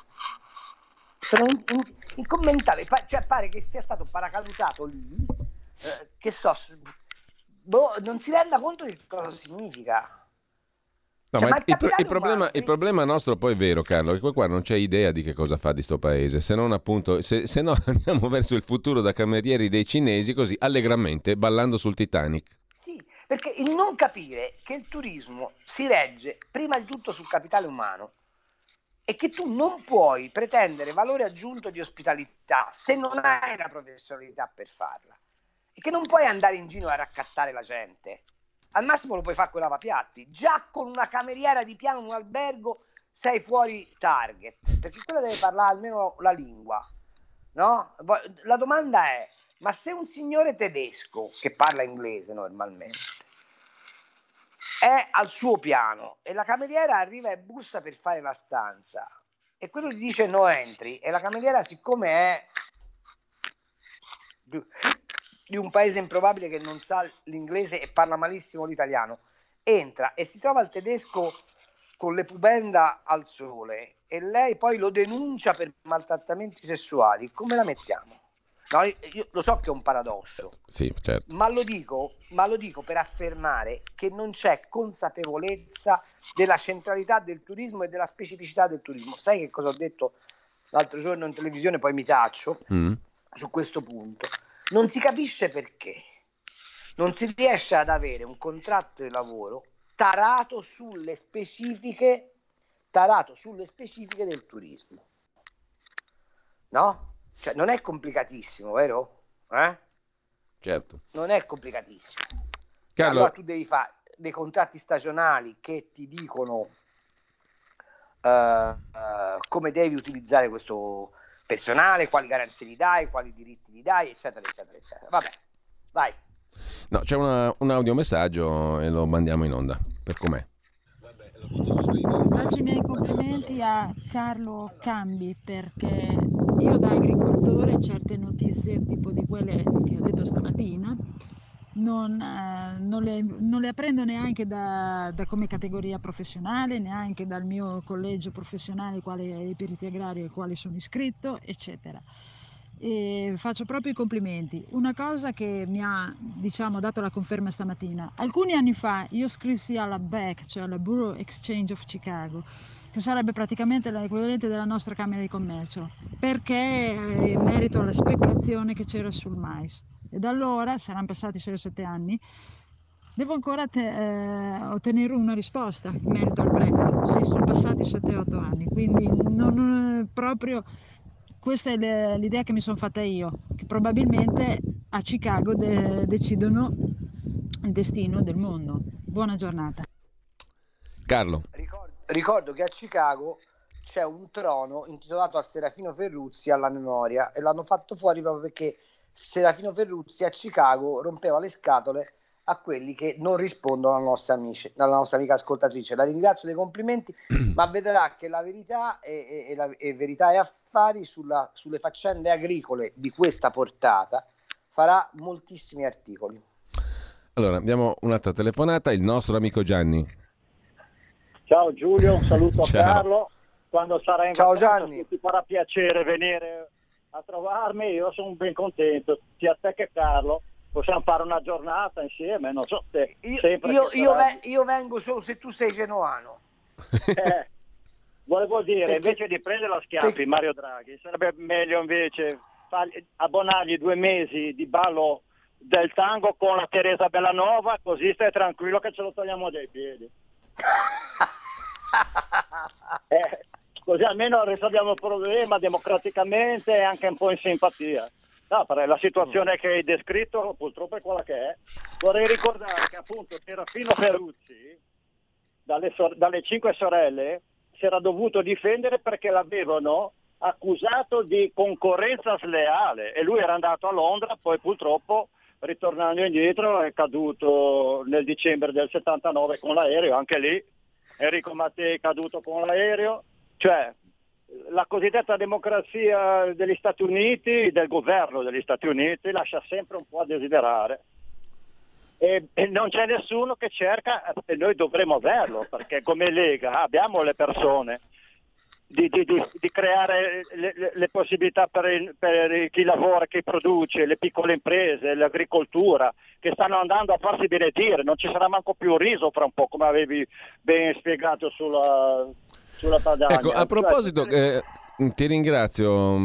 Sono incommentabili, cioè pare che sia stato paracadutato lì, che so, non si renda conto di cosa significa. No, cioè, ma il problema nostro poi è vero, Carlo, che qua non c'è idea di che cosa fa di sto paese, se non appunto, se no andiamo verso il futuro da camerieri dei cinesi, così allegramente ballando sul Titanic. Sì, perché il non capire che il turismo si regge prima di tutto sul capitale umano e che tu non puoi pretendere valore aggiunto di ospitalità se non hai la professionalità per farla e che non puoi andare in giro a raccattare la gente. Al massimo lo puoi fare con i lavapiatti. Già con una cameriera di piano in un albergo sei fuori target, perché quella deve parlare almeno la lingua, no? La domanda è: ma se un signore tedesco che parla inglese normalmente è al suo piano e la cameriera arriva e bussa per fare la stanza e quello gli dice no entri, e la cameriera, siccome è di un paese improbabile che non sa l'inglese e parla malissimo l'italiano, entra e si trova il tedesco con le pubenda al sole e lei poi lo denuncia per maltrattamenti sessuali, come la mettiamo? No, io lo so che è un paradosso, sì, certo. ma lo dico per affermare che non c'è consapevolezza della centralità del turismo e della specificità del turismo. Sai che cosa ho detto l'altro giorno in televisione, poi mi taccio su questo punto? Non si capisce perché non si riesce ad avere un contratto di lavoro tarato sulle specifiche del turismo. no? Cioè non è complicatissimo, vero? Certo. Non è complicatissimo. Carlo... Allora tu devi fare dei contratti stagionali che ti dicono come devi utilizzare questo personale, quali garanzie gli dai, quali diritti gli dai, eccetera, eccetera, eccetera. Vabbè, vai. No, c'è un audiomessaggio e lo mandiamo in onda, per com'è. Faccio i miei complimenti a Carlo Cambi, perché io da agricoltore certe notizie tipo di quelle che ho detto stamattina non le apprendo neanche da come categoria professionale, neanche dal mio collegio professionale quale è i periti agrari al quale sono iscritto, eccetera. E faccio proprio i complimenti. Una cosa che mi ha, dato la conferma stamattina: alcuni anni fa io scrissi alla BEC, cioè alla Bureau Exchange of Chicago, che sarebbe praticamente l'equivalente della nostra Camera di Commercio, perché in merito alla speculazione che c'era sul mais. E da allora, saranno passati 6 o 7 anni, devo ancora ottenere una risposta in merito al prezzo. Sì, sono passati 7-8 anni, quindi non proprio... Questa è l'idea che mi sono fatta io, che probabilmente a Chicago decidono il destino del mondo. Buona giornata. Carlo. Ricordo che a Chicago c'è un trono intitolato a Serafino Ferruzzi alla memoria, e l'hanno fatto fuori proprio perché Serafino Ferruzzi a Chicago rompeva le scatole a quelli che non rispondono alla nostra amica ascoltatrice. La ringrazio dei complimenti, ma vedrà che la verità e Verità e Affari sulle faccende agricole di questa portata farà moltissimi articoli. Allora, abbiamo un'altra telefonata, il nostro amico Gianni. Ciao Giulio, un saluto a Ciao. Carlo. Quando sarà in Ciao vacanza, Gianni. ti farà piacere venire a trovarmi, io sono ben contento, sia te che Carlo. Possiamo fare una giornata insieme, non so te. Io vengo solo se tu sei genuano. Volevo dire, Perché... invece di prendere a schiaffi Mario Draghi, sarebbe meglio invece abbonargli 2 mesi di ballo del tango con la Teresa Bellanova, così stai tranquillo che ce lo togliamo dai piedi. Così almeno risolviamo il problema democraticamente e anche un po' in simpatia. No, la situazione che hai descritto purtroppo è quella che è. Vorrei ricordare che appunto Serafino Ferruzzi dalle 5 sorelle si era dovuto difendere perché l'avevano accusato di concorrenza sleale e lui era andato a Londra, poi purtroppo ritornando indietro è caduto nel dicembre del 79 con l'aereo, anche lì Enrico Mattei è caduto con l'aereo, cioè la cosiddetta democrazia degli Stati Uniti, del governo degli Stati Uniti, lascia sempre un po' a desiderare e non c'è nessuno che cerca, e noi dovremmo averlo, perché come Lega abbiamo le persone di creare le possibilità per chi lavora, chi produce, le piccole imprese, l'agricoltura, che stanno andando a farsi benedire, non ci sarà manco più riso fra un po', come avevi ben spiegato sulla Padania. Ecco, a proposito, ti ringrazio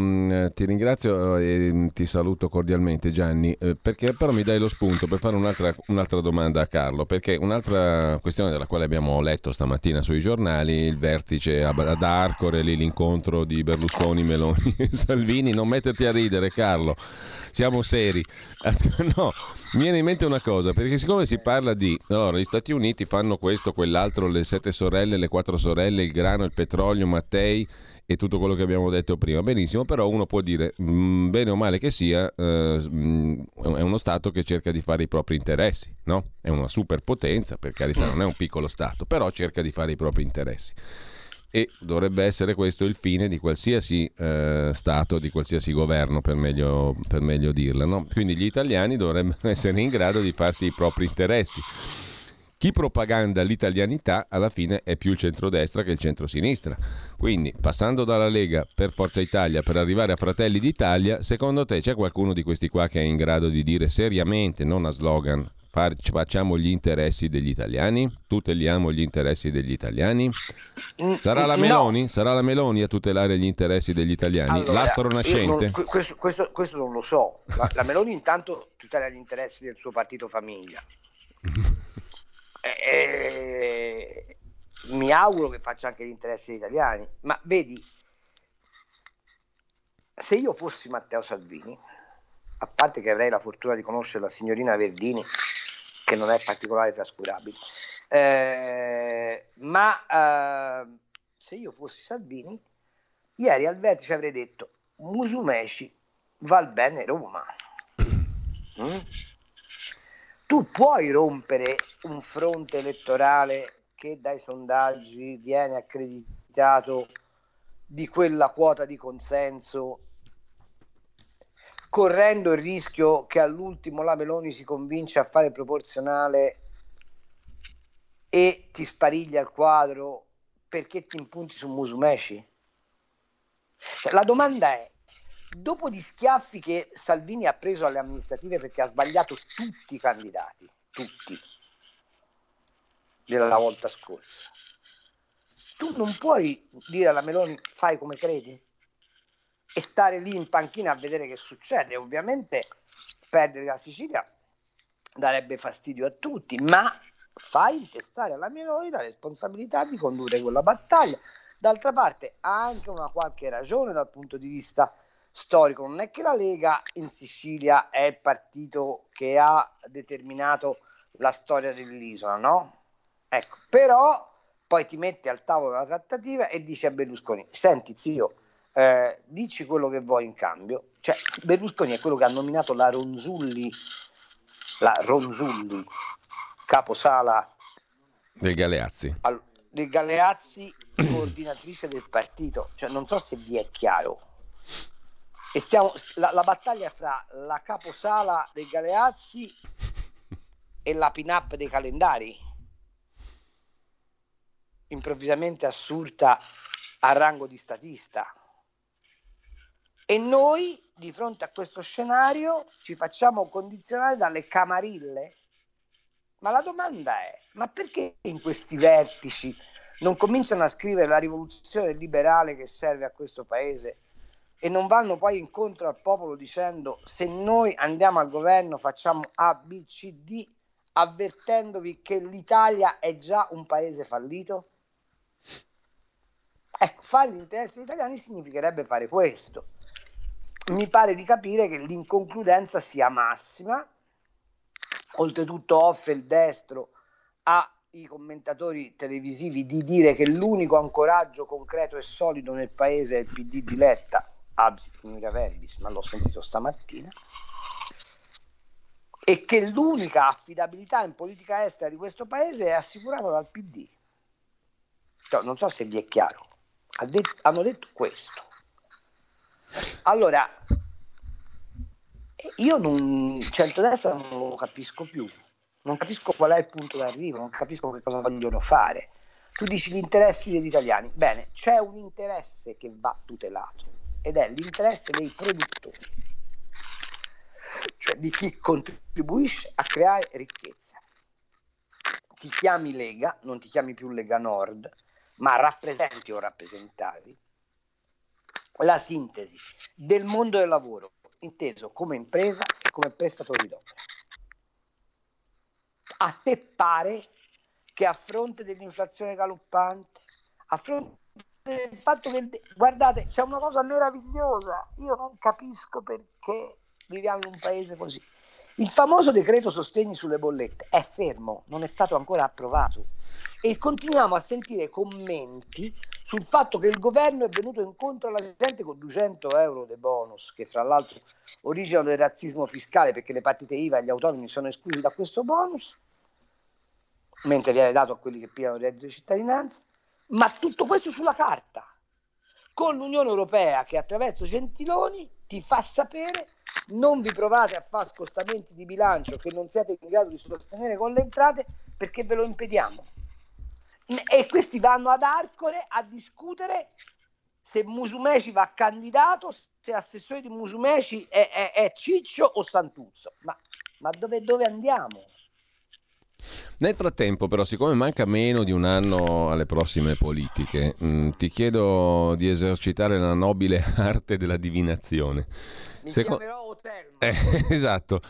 e ti saluto cordialmente Gianni, perché però mi dai lo spunto per fare un'altra domanda a Carlo, perché un'altra questione della quale abbiamo letto stamattina sui giornali, il vertice ad Arcore, lì l'incontro di Berlusconi, Meloni e Salvini. Non metterti a ridere Carlo, siamo seri. No, mi viene in mente una cosa, perché siccome si parla di allora gli Stati Uniti fanno questo, quell'altro, le 7 sorelle, le 4 sorelle, il grano, il petrolio, Mattei e tutto quello che abbiamo detto prima, benissimo, però uno può dire bene o male che sia, è uno Stato che cerca di fare i propri interessi, no? È una superpotenza, per carità, non è un piccolo Stato, però cerca di fare i propri interessi. E dovrebbe essere questo il fine di qualsiasi Stato, di qualsiasi governo, per meglio dirla, no? Quindi gli italiani dovrebbero essere in grado di farsi i propri interessi. Chi propaganda l'italianità alla fine è più il centrodestra che il centrosinistra. Quindi, passando dalla Lega per Forza Italia per arrivare a Fratelli d'Italia, secondo te c'è qualcuno di questi qua che è in grado di dire seriamente, non a slogan, facciamo gli interessi degli italiani? Tuteliamo gli interessi degli italiani? Sarà la Meloni? No. Sarà la Meloni a tutelare gli interessi degli italiani? Allora, l'astro nascente? Questo non lo so. La Meloni intanto tutela gli interessi del suo partito famiglia. Mi auguro che faccia anche gli interessi degli italiani, ma vedi, se io fossi Matteo Salvini, a parte che avrei la fortuna di conoscere la signorina Verdini, che non è particolare trascurabile, se io fossi Salvini, ieri al vertice avrei detto: Musumeci, val bene Roma. Tu puoi rompere un fronte elettorale che dai sondaggi viene accreditato di quella quota di consenso, correndo il rischio che all'ultimo la Meloni si convince a fare proporzionale e ti spariglia il quadro perché ti impunti su Musumeci? Cioè, la domanda è: dopo gli schiaffi che Salvini ha preso alle amministrative perché ha sbagliato tutti i candidati, tutti, della volta scorsa, tu non puoi dire alla Meloni fai come credi e stare lì in panchina a vedere che succede. Ovviamente perdere la Sicilia darebbe fastidio a tutti, ma fai intestare alla Meloni la responsabilità di condurre quella battaglia. D'altra parte ha anche una qualche ragione dal punto di vista storico. Non è che la Lega in Sicilia è il partito che ha determinato la storia dell'isola, no? Ecco, però poi ti metti al tavolo della trattativa e dici a Berlusconi: senti zio, dici quello che vuoi in cambio. Cioè, Berlusconi è quello che ha nominato la Ronzulli caposala del Galeazzi, coordinatrice del partito. Cioè, non so se vi è chiaro. E la battaglia fra la caposala dei Galeazzi e la pin-up dei calendari, improvvisamente assurda a rango di statista. E noi, di fronte a questo scenario, ci facciamo condizionare dalle camarille. Ma la domanda è: ma perché in questi vertici non cominciano a scrivere la rivoluzione liberale che serve a questo paese e non vanno poi incontro al popolo dicendo: se noi andiamo al governo facciamo A, B, C, D, avvertendovi che l'Italia è già un paese fallito? Ecco, fare gli interessi italiani significherebbe fare questo. Mi pare di capire che l'inconcludenza sia massima. Oltretutto offre il destro ai commentatori televisivi di dire che l'unico ancoraggio concreto e solido nel paese è il PD di Letta, absit mira verbis, ma l'ho sentito stamattina, e che l'unica affidabilità in politica estera di questo paese è assicurata dal PD. Cioè, non so se vi è chiaro. Hanno detto questo. Allora, io centrodestra non lo capisco più, non capisco qual è il punto d'arrivo, non capisco che cosa vogliono fare. Tu dici gli interessi degli italiani, bene, c'è un interesse che va tutelato ed è l'interesse dei produttori, cioè di chi contribuisce a creare ricchezza. Ti chiami Lega, non ti chiami più Lega Nord, ma rappresenti o rappresentavi la sintesi del mondo del lavoro inteso come impresa e come prestatore d'opera. A te pare che a fronte dell'inflazione galoppante, a fronte del fatto che, guardate, c'è una cosa meravigliosa, io non capisco perché viviamo in un paese così. Il famoso decreto sostegni sulle bollette è fermo, non è stato ancora approvato e continuiamo a sentire commenti sul fatto che il governo è venuto incontro alla gente con 200 euro di bonus, che fra l'altro originano del razzismo fiscale perché le partite IVA e gli autonomi sono esclusi da questo bonus, mentre viene dato a quelli che pigliano il reddito di cittadinanza. Ma tutto questo sulla carta, con l'Unione Europea che attraverso Gentiloni ti fa sapere: non vi provate a fare scostamenti di bilancio che non siete in grado di sostenere con le entrate perché ve lo impediamo. E questi vanno ad Arcore a discutere se Musumeci va candidato, se assessore di Musumeci è Ciccio o Santuzzo. Ma dove andiamo? Nel frattempo, però, siccome manca meno di un anno alle prossime politiche, ti chiedo di esercitare la nobile arte della divinazione. Chiamerò Otelma. Esatto.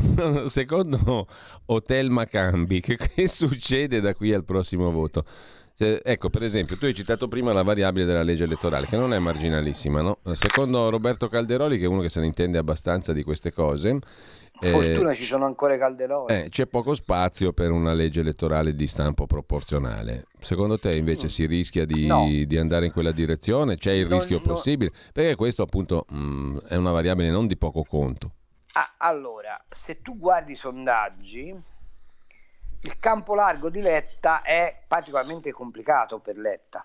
Secondo Otelma Cambi, che succede da qui al prossimo voto? Ecco, per esempio, tu hai citato prima la variabile della legge elettorale, che non è marginalissima, no? Secondo Roberto Calderoli, che è uno che se ne intende abbastanza di queste cose, fortuna ci sono ancora i Calderoli. C'è poco spazio per una legge elettorale di stampo proporzionale. Secondo te invece si rischia di andare in quella direzione? C'è il rischio possibile? Perché questo appunto è una variabile non di poco conto. Allora, se tu guardi i sondaggi, il campo largo di Letta è particolarmente complicato per Letta,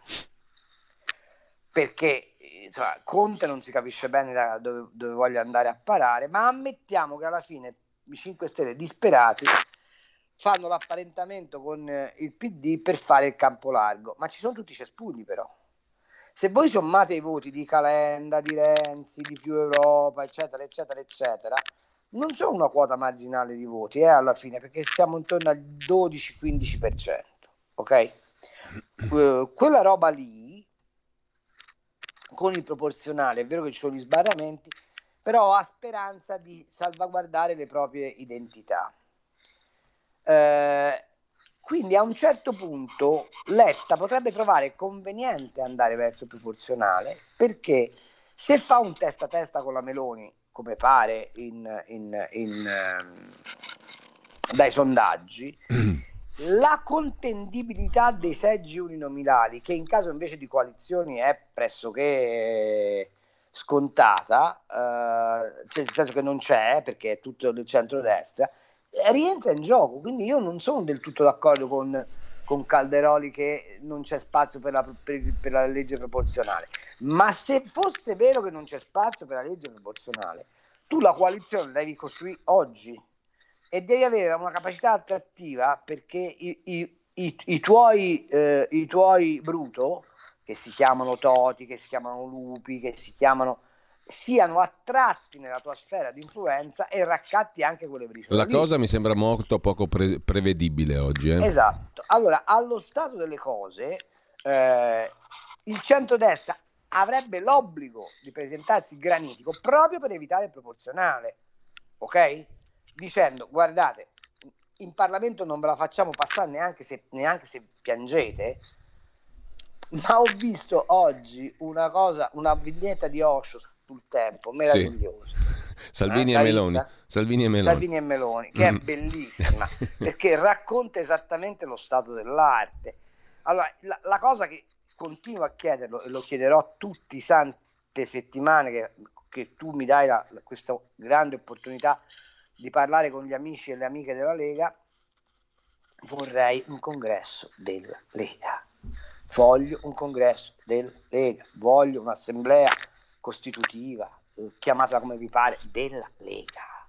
perché insomma, Conte non si capisce bene da dove voglia andare a parare, ma ammettiamo che alla fine i 5 Stelle disperati fanno l'apparentamento con il PD per fare il campo largo, ma ci sono tutti i cespugli però. Se voi sommate i voti di Calenda, di Renzi, di Più Europa, eccetera, eccetera, eccetera, non sono una quota marginale di voti alla fine, perché siamo intorno al 12-15%, ok? Quella roba lì, con il proporzionale, è vero che ci sono gli sbarramenti, però ha speranza di salvaguardare le proprie identità. Quindi a un certo punto Letta potrebbe trovare conveniente andare verso il proporzionale, perché se fa un testa a testa con la Meloni, come pare dai sondaggi, la contendibilità dei seggi uninominali, che in caso invece di coalizioni è pressoché scontata, cioè nel senso che non c'è, perché è tutto del centrodestra, rientra in gioco. Quindi io non sono del tutto d'accordo con Calderoli che non c'è spazio per la legge proporzionale, ma se fosse vero che non c'è spazio per la legge proporzionale, tu la coalizione la devi costruire oggi e devi avere una capacità attrattiva, perché i tuoi Bruto, che si chiamano Toti, che si chiamano Lupi, che siano attratti nella tua sfera di influenza e raccatti anche quelle briciole. La cosa mi sembra molto poco prevedibile oggi. Esatto. Allora, allo stato delle cose, il centrodestra avrebbe l'obbligo di presentarsi granitico proprio per evitare il proporzionale, ok? Dicendo: guardate, in Parlamento non ve la facciamo passare neanche se piangete. Ma ho visto oggi una vignetta di Osho sul Tempo meravigliosa. Sì. Salvini e Meloni, che è bellissima, perché racconta esattamente lo stato dell'arte. Allora, la cosa che continuo a chiederlo, e lo chiederò tutte le sante settimane che tu mi dai questa grande opportunità di parlare con gli amici e le amiche della Lega, vorrei un congresso della Lega. Voglio un congresso della Lega, voglio un'assemblea costitutiva, chiamatela come vi pare, della Lega.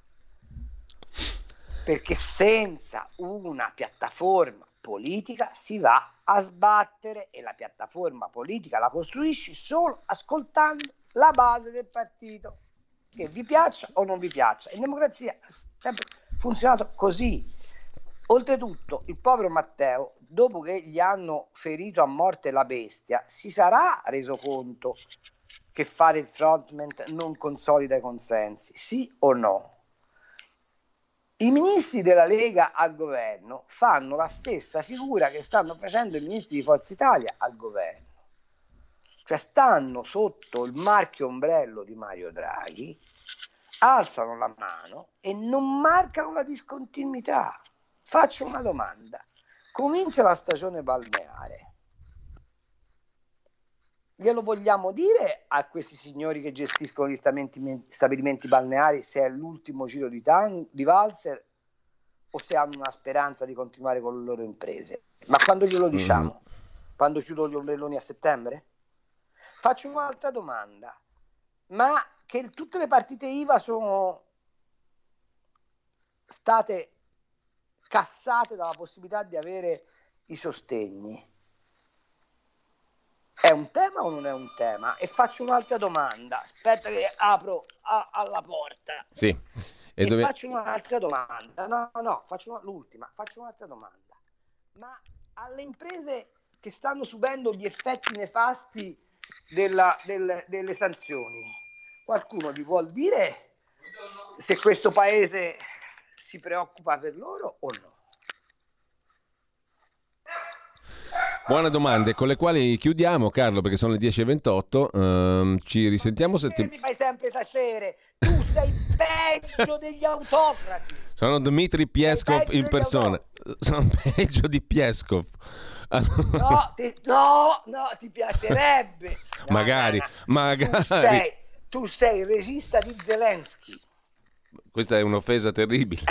Perché senza una piattaforma politica si va a sbattere, e la piattaforma politica la costruisci solo ascoltando la base del partito, che vi piaccia o non vi piaccia. In democrazia ha sempre funzionato così. Oltretutto, il povero Matteo, dopo che gli hanno ferito a morte la bestia, si sarà reso conto che fare il frontman non consolida i consensi, sì o no? I ministri della Lega al governo fanno la stessa figura che stanno facendo i ministri di Forza Italia al governo, cioè stanno sotto il marchio ombrello di Mario Draghi, alzano la mano e non marcano la discontinuità. Faccio una domanda: comincia la stagione balneare, glielo vogliamo dire a questi signori che gestiscono gli stabilimenti balneari se è l'ultimo giro di valzer o se hanno una speranza di continuare con le loro imprese? Ma quando glielo diciamo? Quando chiudono gli ombrelloni a settembre? Faccio un'altra domanda: ma che tutte le partite IVA sono state cassate dalla possibilità di avere i sostegni, è un tema o non è un tema? E faccio un'altra domanda, aspetta che apro alla porta. Sì. Faccio un'altra domanda, faccio un'altra domanda. Ma alle imprese che stanno subendo gli effetti nefasti delle sanzioni, qualcuno gli vuol dire se questo paese si preoccupa per loro o no? Buone domande con le quali chiudiamo, Carlo, perché sono le 10:28. Ci risentiamo se mi fai sempre tacere. Tu sei peggio degli autocrati. Sono Dmitry Peskov in persona. Sono peggio di Peskov. No, ti piacerebbe. Magari. Tu sei il regista di Zelensky. Questa è un'offesa terribile.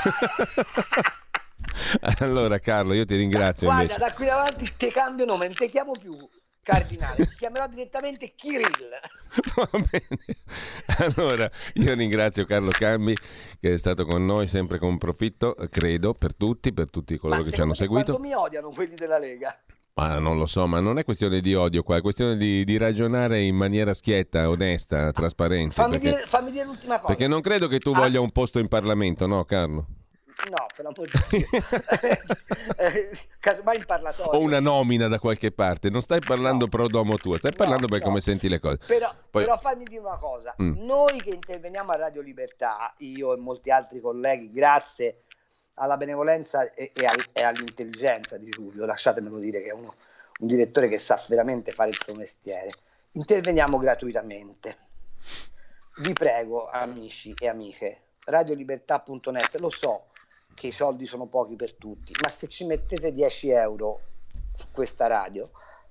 Allora Carlo, io ti ringrazio. Guarda, invece. da qui avanti ti cambio nome, non ti chiamo più Cardinale, ti chiamerò direttamente Kirill. Va bene. Allora, io ringrazio Carlo Cambi che è stato con noi sempre con profitto, credo, per tutti coloro che ci hanno seguito. Quanto mi odiano quelli della Lega? Ma non lo so, ma non è questione di odio qua, è questione di ragionare in maniera schietta, onesta, trasparente. Fammi dire l'ultima cosa. Perché non credo che tu voglia un posto in Parlamento, no Carlo? No, per l'amor di Dio. Casomai in parlatorio. O una nomina da qualche parte. Non stai parlando pro domo tua, stai parlando per come senti le cose. Però fammi dire una cosa. Noi che interveniamo a Radio Libertà, io e molti altri colleghi, grazie alla benevolenza e all'intelligenza di Giulio, lasciatemelo dire che è un direttore che sa veramente fare il suo mestiere, interveniamo gratuitamente. Vi prego, amici e amiche, radiolibertà.net, lo so che i soldi sono pochi per tutti, ma se ci mettete 10 euro su questa radio,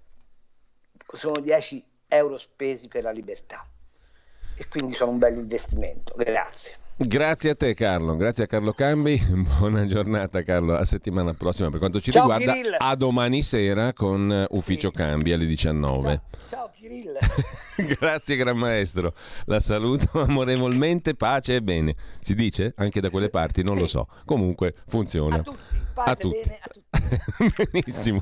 sono 10 euro spesi per la libertà e quindi sono un bel investimento. Grazie. Grazie a te Carlo, grazie a Carlo Cambi, buona giornata Carlo, a settimana prossima per quanto ci Ciao, riguarda, Kirill. A domani sera con Ufficio Cambi alle 19. Ciao Kirill. Grazie Gran Maestro, la saluto amorevolmente, pace e bene, si dice anche da quelle parti, non lo so, comunque funziona. A tutti, pace, bene a tutti. Benissimo.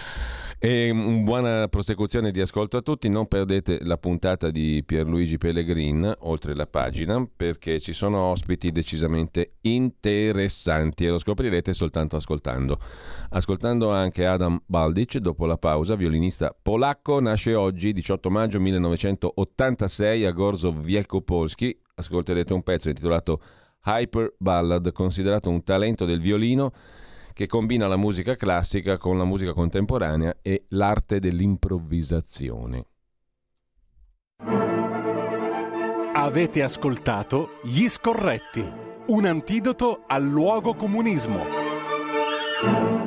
E una buona prosecuzione di ascolto a tutti. Non perdete la puntata di Pierluigi Pellegrin, oltre la pagina, perché ci sono ospiti decisamente interessanti e lo scoprirete soltanto ascoltando anche Adam Baldic. Dopo la pausa, violinista polacco, nasce oggi 18 maggio 1986 a Gorzów Wielkopolski. Ascolterete un pezzo intitolato Hyper Ballad, considerato un talento del violino che combina la musica classica con la musica contemporanea e l'arte dell'improvvisazione. Avete ascoltato Gli Scorretti, un antidoto al luogo comunismo.